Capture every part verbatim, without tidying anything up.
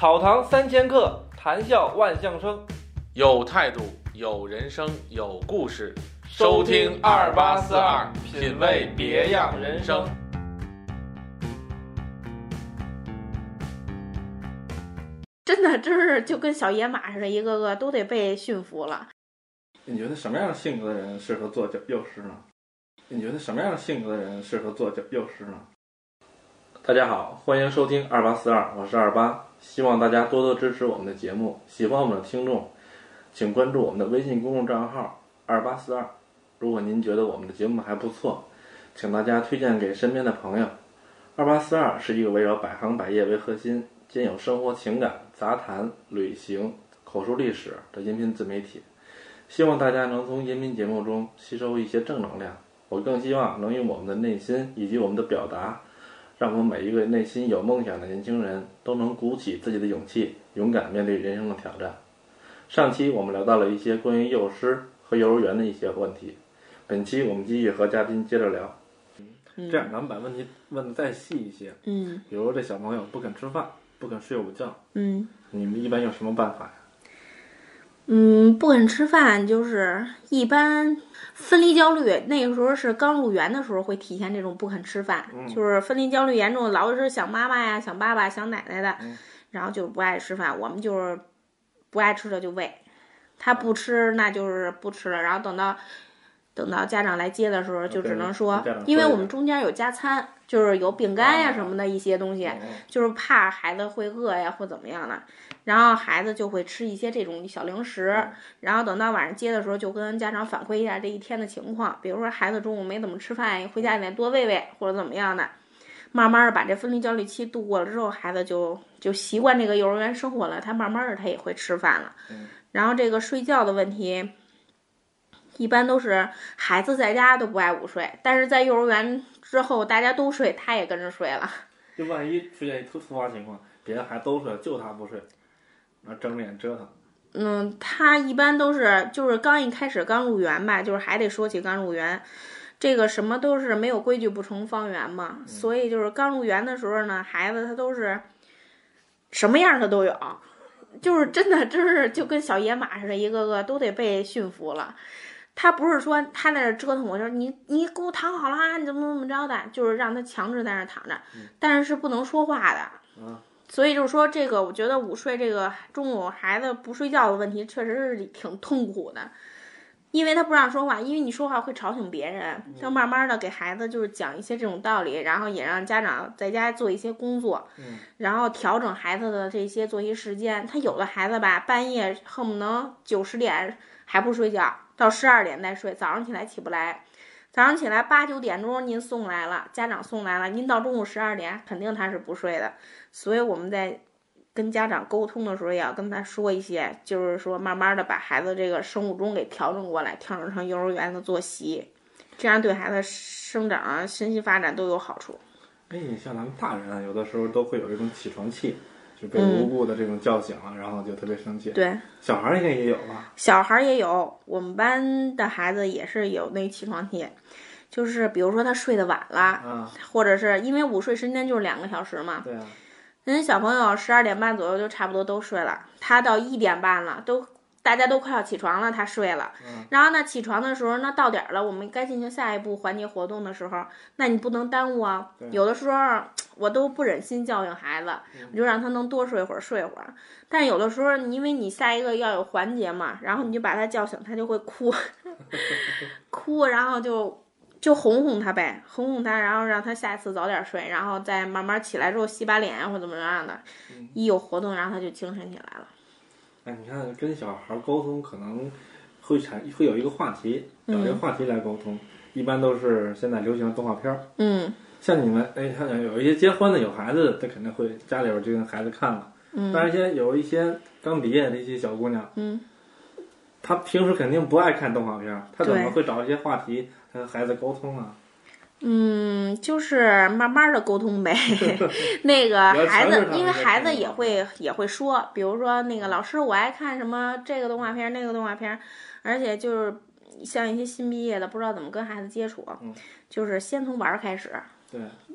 草堂三千客，谈笑万象生。 有态度，有人生，有故事。收听二八四二，品味别样人生。 真的，真是就跟小野马似的，一个个都得被驯服了。 你觉得什么样的性格的人适合做幼师呢？你觉得什么样的性格的人适合做幼师呢？大家好，欢迎收听二八四二，我是二八，希望大家多多支持我们的节目。喜欢我们的听众，请关注我们的微信公众账号二八四二。如果您觉得我们的节目还不错，请大家推荐给身边的朋友。二八四二是一个围绕百行百业为核心，兼有生活情感、杂谈、旅行、口述历史的音频自媒体。希望大家能从音频节目中吸收一些正能量。我更希望能用我们的内心以及我们的表达，让我们每一个内心有梦想的年轻人都能鼓起自己的勇气，勇敢面对人生的挑战。上期我们聊到了一些关于幼师和幼儿园的一些问题，本期我们继续和嘉宾接着聊。嗯、这样咱们把问题问得再细一些。 嗯， 比如这小朋友不肯吃饭，不肯睡午觉， 嗯， 你们一般有什么办法呀？ 嗯，不肯吃饭就是一般分离焦虑，那个时候是刚入园的时候会体现这种不肯吃饭， 嗯、 就是分离焦虑严重，老是想妈妈呀、想爸爸、想奶奶的， 嗯、 然后就不爱吃饭。我们就是不爱吃的就喂，他不吃那就是不吃了，然后等到等到家长来接的时候，就只能说，因为我们中间有加餐，就是有饼干呀什么的一些东西，就是怕孩子会饿呀或怎么样的。然后孩子就会吃一些这种小零食，然后等到晚上接的时候就跟家长反馈一下这一天的情况，比如说孩子中午没怎么吃饭，回家得多喂喂或者怎么样的，慢慢的把这分离焦虑期度过了之后，孩子就就习惯这个幼儿园生活了，他慢慢的他也会吃饭了。然后这个睡觉的问题一般都是孩子在家都不爱午睡，但是在幼儿园之后大家都睡，他也跟着睡了。 就万一出现一突突发情况，别的孩子都睡，就他不睡，然后睁着眼折腾。 嗯，他一般都是就是刚一开始刚入园吧，就是还得说起刚入园，这个什么都是没有规矩不成方圆嘛，嗯、所以就是刚入园的时候呢，孩子他都是什么样他都有，就是真的真是就跟小野马似的，一个个都得被驯服了。他不是说他在那折腾我，就是你你给我躺好了，你怎么怎么着的，就是让他强制在那躺着，嗯、但是是不能说话的。 嗯， 所以就是说这个，我觉得午睡这个中午孩子不睡觉的问题，确实是挺痛苦的，因为他不让说话，因为你说话会吵醒别人，就慢慢的给孩子就是讲一些这种道理，然后也让家长在家做一些工作， 嗯， 然后调整孩子的这些作息时间。他有的孩子吧，半夜恨不能九十点还不睡觉，到十二点再睡，早上起来起不来。早上起来八九点钟您送来了，家长送来了，您到中午十二点肯定他是不睡的。所以我们在跟家长沟通的时候也要跟他说一些，就是说慢慢的把孩子这个生物钟给调整过来，调整成幼儿园的作息，这样对孩子生长啊、身心发展都有好处。 哎，你像咱们大人啊，有的时候都会有一种起床气，就被无故的这种叫醒了，嗯、然后就特别生气。 对， 小孩应该也有吧？ 小孩也有，我们班的孩子也是有那起床气。就是比如说他睡得晚了， 啊、 或者是因为午睡时间就是两个小时嘛， 对啊， 人家小朋友十二点半左右就差不多都睡了，他到一点半了，都大家都快要起床了，他睡了， 嗯、 然后呢起床的时候，那到点了，我们该进行下一步环节活动的时候，那你不能耽误啊。有的时候我都不忍心教训孩子， 嗯、 我就让他能多睡会儿睡会儿，但是有的时候因为你下一个要有环节嘛，然后你就把他叫醒，他就会哭哭，然后就就哄哄他呗，哄哄他，然后让他下一次早点睡，然后再慢慢起来之后洗把脸或怎么样的， 嗯、 一有活动，然后他就精神起来了。 哎，你看跟小孩沟通可能会产会有一个话题，找一个话题来沟通，嗯、一般都是现在流行的动画片。 嗯， 像你们，哎，像有一些结婚的有孩子的，他肯定会家里边就跟孩子看了。 嗯， 但是一些有一些刚毕业的一些小姑娘， 嗯， 她平时肯定不爱看动画片，她怎么会找一些话题和孩子沟通啊？ 嗯，就是慢慢的沟通呗。那个孩子，因为孩子也会也会说，比如说那个老师，我爱看什么这个动画片，那个动画片，而且就是像一些新毕业的，不知道怎么跟孩子接触， 嗯、 就是先从玩开始。 对，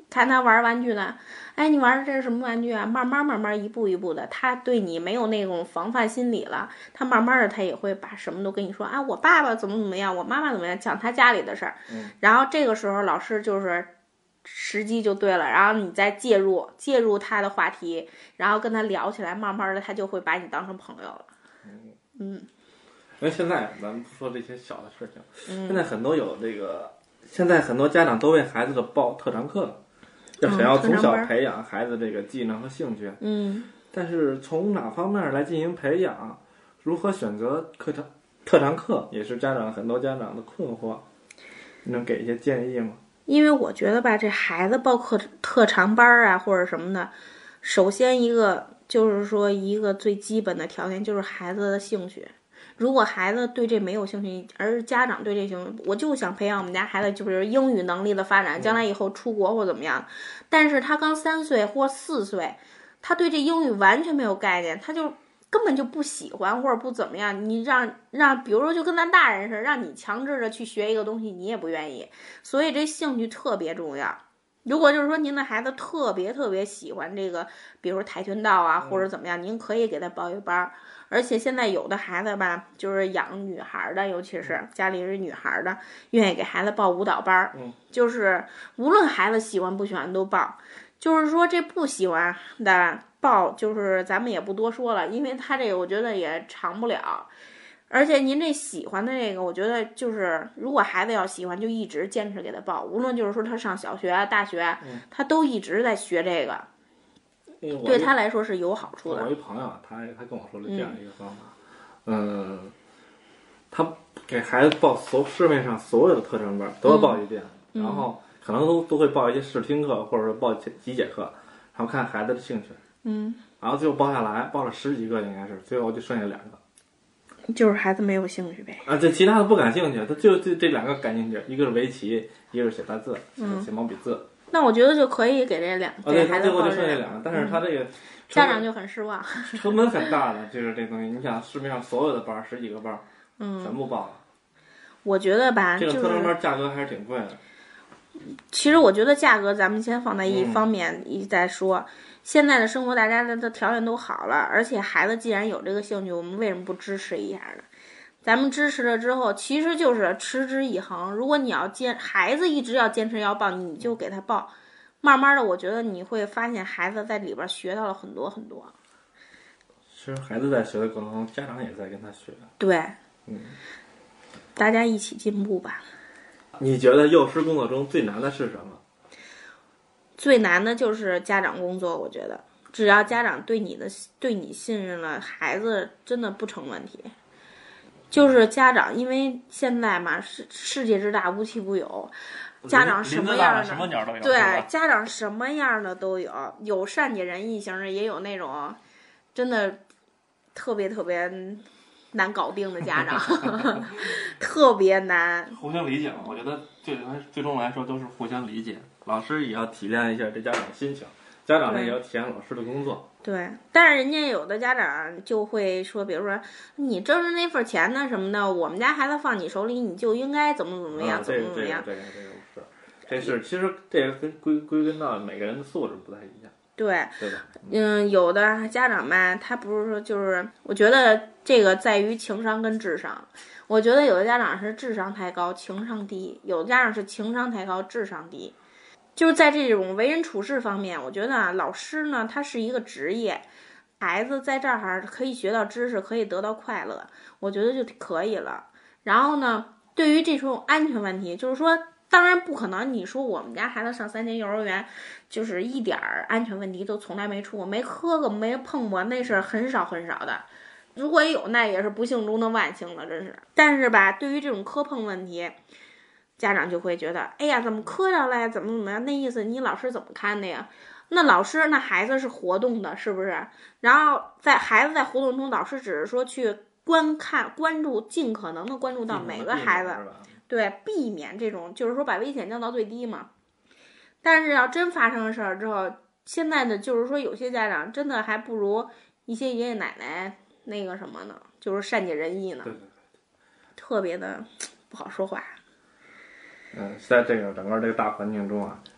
看他玩玩具呢，哎，你玩的这是什么玩具啊？慢慢慢慢一步一步的，他对你没有那种防范心理了，他慢慢的他也会把什么都跟你说啊，我爸爸怎么怎么样，我妈妈怎么样，讲他家里的事儿。 嗯， 然后这个时候老师就是时机就对了，然后你再介入介入他的话题，然后跟他聊起来，慢慢的他就会把你当成朋友了。嗯嗯， 因为现在咱们不说这些小的事情， 嗯、 现在很多有这个，现在很多家长都为孩子的报特长课。要想要从小培养孩子这个技能和兴趣， 嗯， 但是从哪方面来进行培养，如何选择课程特长课，也是家长很多家长的困惑，你能给一些建议吗？ 因为我觉得吧，这孩子报课特长班啊或者什么的，首先一个就是说一个最基本的条件就是孩子的兴趣。如果孩子对这没有兴趣，而家长对这兴趣，我就想培养我们家孩子就是英语能力的发展，将来以后出国或怎么样，但是他刚三岁或四岁，他对这英语完全没有概念，他就根本就不喜欢或者不怎么样，你让让比如说就跟咱大人似的，让你强制着去学一个东西，你也不愿意，所以这兴趣特别重要。如果就是说您的孩子特别特别喜欢这个，比如说跆拳道啊或者怎么样，您可以给他报一个班。而且现在有的孩子吧，就是养女孩的，尤其是家里是女孩的，愿意给孩子报舞蹈班， 嗯， 就是无论孩子喜欢不喜欢都报。就是说这不喜欢的报，就是咱们也不多说了，因为他这个我觉得也长不了。而且您这喜欢的这个，我觉得就是如果孩子要喜欢，就一直坚持给他报，无论就是说他上小学啊、大学，他都一直在学这个。对他来说是有好处的。 我一朋友，他他跟我说了这样一个方法，嗯、呃，他给孩子报所市面上所有的特长班都要报一遍， 嗯、 然后可能都都会报一些试听课，或者说报几节课，然后看孩子的兴趣， 嗯， 然后最后报下来，报了十几个应该是，最后就剩下两个， 就是孩子没有兴趣呗。 啊，这其他的不感兴趣，他就这这两个感兴趣，一个是围棋，一个是写大字， 嗯、 写毛笔字。 那我觉得就可以给这两， 哦，对，他最后就剩下两个，但是他这个、嗯、 家长就很失望， 成本很大的，就是这东西。你想市面上所有的班，十几个班， 嗯， 全部报了。 我觉得吧， 这个特长班价格还是挺贵的。 其实我觉得价格咱们先放在一方面一再说。嗯、现在的生活大家的条件都好了，而且孩子既然有这个兴趣，我们为什么不支持一下呢？咱们支持了之后，其实就是持之以恒。如果你要坚，孩子一直要坚持要报，你就给他报。慢慢的，我觉得你会发现孩子在里边学到了很多很多。 其实孩子在学的过程中，家长也在跟他学。 对， 嗯， 大家一起进步吧。 你觉得幼师工作中最难的是什么？ 最难的就是家长工作，我觉得只要家长对你的对你信任了，孩子真的不成问题。就是家长，因为现在嘛，世世界之大，无奇不有，家长什么样的什么鸟都有， 对，家长什么样的都有，有善解人意型的，也有那种真的特别特别难搞定的家长，特别难。 互相理解嘛，我觉得最最终来说都是互相理解，老师也要体谅一下这家长的心情，家长呢也要体谅老师的工作。 对，但是人家有的家长就会说，比如说你挣着那份钱呢什么的，我们家孩子放你手里，你就应该怎么怎么样， 啊、 怎么怎么样。 这个这个这个是，这是其实这个跟归归根到每个人的素质不太一样。 对， 对吧？ 嗯，有的家长吧，他不是说就是，我觉得这个在于情商跟智商。我觉得有的家长是智商太高，情商低；有的家长是情商太高，智商低。就是在这种为人处事方面，我觉得啊，老师呢，他是一个职业，孩子在这儿可以学到知识，可以得到快乐，我觉得就可以了。然后呢，对于这种安全问题，就是说，当然不可能，你说我们家孩子上三年幼儿园，就是一点安全问题都从来没出过，没磕过，没碰过，那是很少很少的。如果也有，那也是不幸中的万幸了，真是。但是吧，对于这种磕碰问题，家长就会觉得，哎呀，怎么磕着了呀？怎么怎么样？那意思你老师怎么看的呀？那老师，那孩子是活动的，是不是？然后在孩子在活动中，老师只是说去观看、关注，尽可能的关注到每个孩子，对，避免这种就是说把危险降到最低嘛。但是要真发生了事儿之后，现在的就是说有些家长真的还不如一些爷爷奶奶那个什么呢，就是善解人意呢， 对对对， 特别的不好说话。 嗯，在这个整个这个大环境中啊，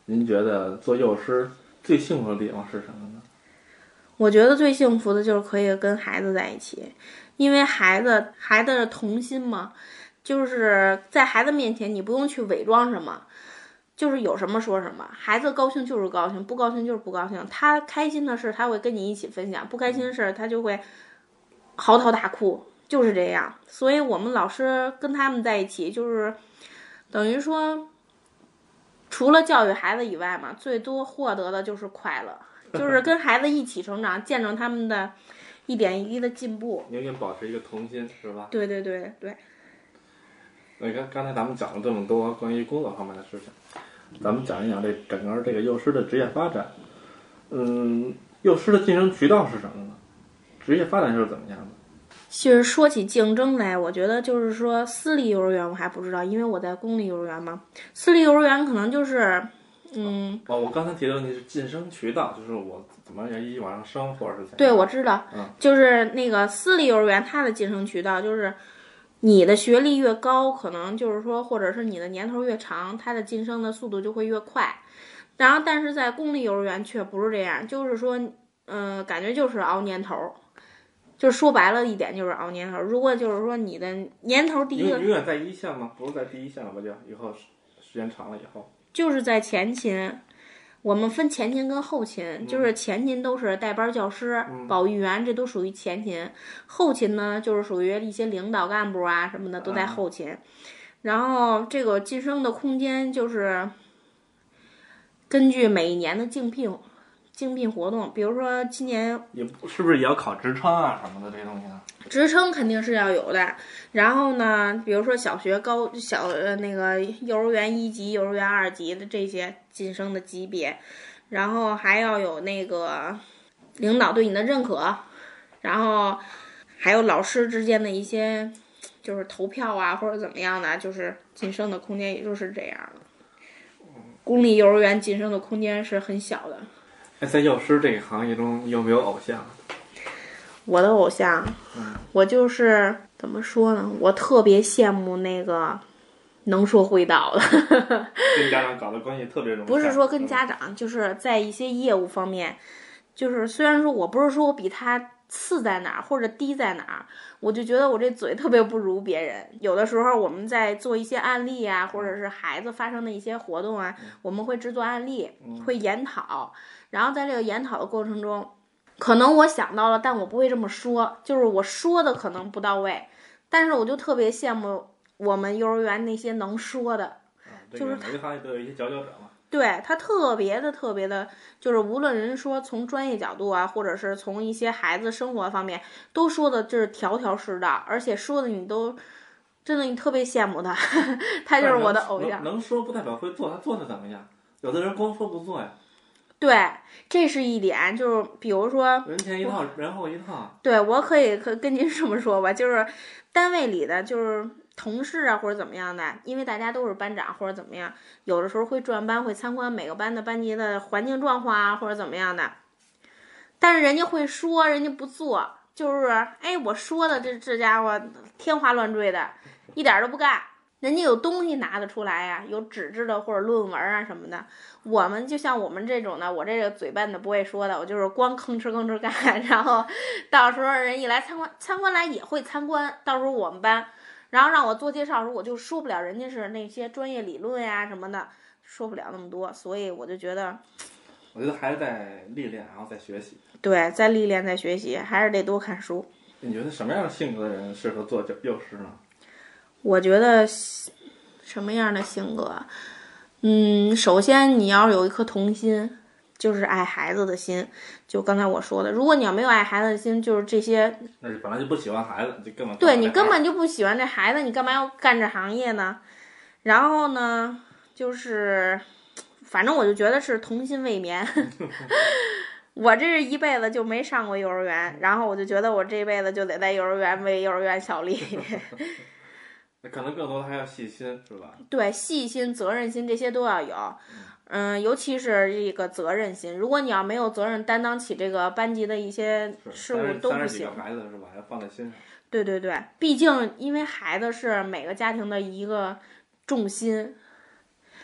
您觉得做幼师最幸福的地方是什么呢？ 我觉得最幸福的就是可以跟孩子在一起，因为孩子孩子的童心嘛，就是在孩子面前你不用去伪装什么，就是有什么说什么，孩子高兴就是高兴，不高兴就是不高兴，他开心的事他会跟你一起分享，不开心的事他就会嚎啕大哭，就是这样。所以我们老师跟他们在一起，就是等于说除了教育孩子以外嘛，最多获得的就是快乐，就是跟孩子一起成长，见证他们的一点一滴的进步， 永远保持一个童心，是吧？ 对对对对。 那刚刚才咱们讲了这么多关于工作方面的事情，咱们讲一讲这整个这个幼师的职业发展。嗯，幼师的晋升渠道是什么呢？职业发展是怎么样的？ 其实说起竞争来，我觉得就是说私立幼儿园我还不知道，因为我在公立幼儿园嘛。私立幼儿园可能就是，嗯， 哦，我刚才提的问题是晋升渠道，就是我怎么一往上升，或者是怎样？ 对，我知道， 嗯， 就是那个私立幼儿园它的晋升渠道就是你的学历越高，可能就是说，或者是你的年头越长，它的晋升的速度就会越快。然后，但是在公立幼儿园却不是这样，就是说，嗯、呃，感觉就是熬年头。就是说白了一点，就是熬年头。如果就是说你的年头第一个， 永远在一线吗？不是在第一线了吧？就以后时间长了以后， 就是在前勤。我们分前勤跟后勤， 嗯、 就是前勤都是带班教师、 嗯、 保育员，这都属于前勤。后勤呢，就是属于一些领导干部啊什么的都在后勤。嗯、然后这个晋升的空间就是根据每一年的竞聘。竞聘活动，比如说今年也是不是也要考职称啊什么的这些东西呢？ 职称肯定是要有的。然后呢，比如说小学高小呃那个幼儿园一级、幼儿园二级的这些晋升的级别，然后还要有那个领导对你的认可，然后还有老师之间的一些就是投票啊或者怎么样的，就是晋升的空间也就是这样的。公立幼儿园晋升的空间是很小的。 在幼师这个行业中，有没有偶像？ 我的偶像， 嗯， 我就是怎么说呢？我特别羡慕那个能说会道的， 跟家长搞的关系特别融洽。 不是说跟家长，就是在一些业务方面，就是虽然说我不是说我比他次在哪儿或者低在哪儿，我就觉得我这嘴特别不如别人。有的时候我们在做一些案例啊，或者是孩子发生的一些活动啊，我们会制作案例，会研讨。然后在这个研讨的过程中，可能我想到了，但我不会这么说，就是我说的可能不到位，但是我就特别羡慕我们幼儿园那些能说的， 嗯、就是每个行业都有一些佼佼者嘛。 对，他特别的特别的，就是无论人说从专业角度啊，或者是从一些孩子生活方面，都说的就是条条是道，而且说的你都真的你特别羡慕他，他就是我的偶像。 能, 能说不代表会做，他做的怎么样？有的人光说不做呀。 对，这是一点，就是比如说人前一套，人后一套。 对，我可以可跟您这么说吧，就是单位里的就是同事啊或者怎么样的，因为大家都是班长或者怎么样，有的时候会转班，会参观每个班的班级的环境状况啊或者怎么样的，但是人家会说，人家不做，就是哎我说的这这家伙天花乱坠的，一点都不干。人家有东西拿得出来呀、啊，有纸质的或者论文啊什么的。我们就像我们这种的，我这个嘴笨的不会说的，我就是光吭哧吭哧干，然后到时候人一来参观，参观来也会参观，到时候我们班，然后让我做介绍的时候，我就说不了人家是那些专业理论呀、啊、什么的，说不了那么多，所以我就觉得， 我觉得还是在历练，然后再学习。 对，在历练，在学习，还是得多看书。 你觉得什么样的性格的人适合做幼师呢？ 我觉得什么样的性格，嗯，首先你要有一颗童心，就是爱孩子的心。就刚才我说的，如果你要没有爱孩子的心，就是这些， 那是本来就不喜欢孩子，就根本对你根本就不喜欢这孩子，你干嘛要干这行业呢？然后呢，就是反正我就觉得是童心未泯。我这是一辈子就没上过幼儿园，然后我就觉得我这辈子就得在幼儿园为幼儿园效力。 那可能更多的还要细心，是吧？ 对，细心、责任心这些都要有，嗯，尤其是这个责任心。如果你要没有责任担当起这个班级的一些事务，都不行。 三十几个孩子是吧？要放在心上。 对对对，毕竟因为孩子是每个家庭的一个重心，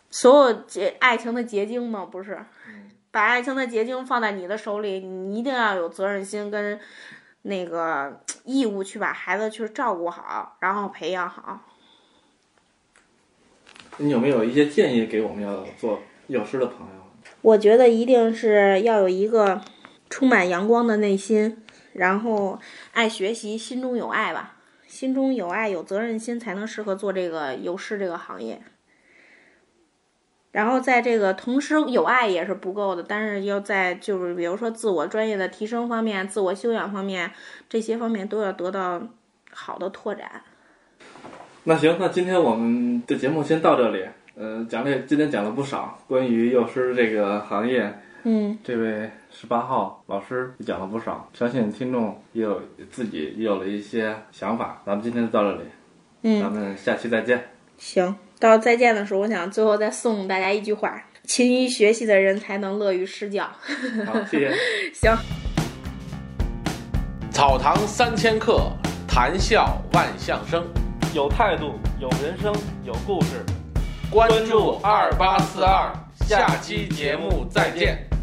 所有结爱情的结晶嘛，不是？把爱情的结晶放在你的手里，你一定要有责任心跟那个义务去把孩子去照顾好，然后培养好。 你有没有一些建议给我们要做幼师的朋友？ 我觉得一定是要有一个充满阳光的内心，然后爱学习，心中有爱吧。心中有爱，有责任心，才能适合做这个幼师这个行业。然后在这个同时有爱也是不够的，但是要在就是比如说自我专业的提升方面、自我修养方面，这些方面都要得到好的拓展。 那行，那今天我们的节目先到这里。呃，讲了今天讲了不少关于幼师这个行业。 嗯， 这位十八号老师也讲了不少，相信听众也有自己也有了一些想法。咱们今天就到这里， 嗯， 咱们下期再见。 行，到再见的时候，我想最后再送大家一句话：勤于学习的人才能乐于施教。 好，谢谢。 行。 草堂三千课，谈笑万象生。 有态度，有人生，有故事。 关注二八四二，下期节目再见。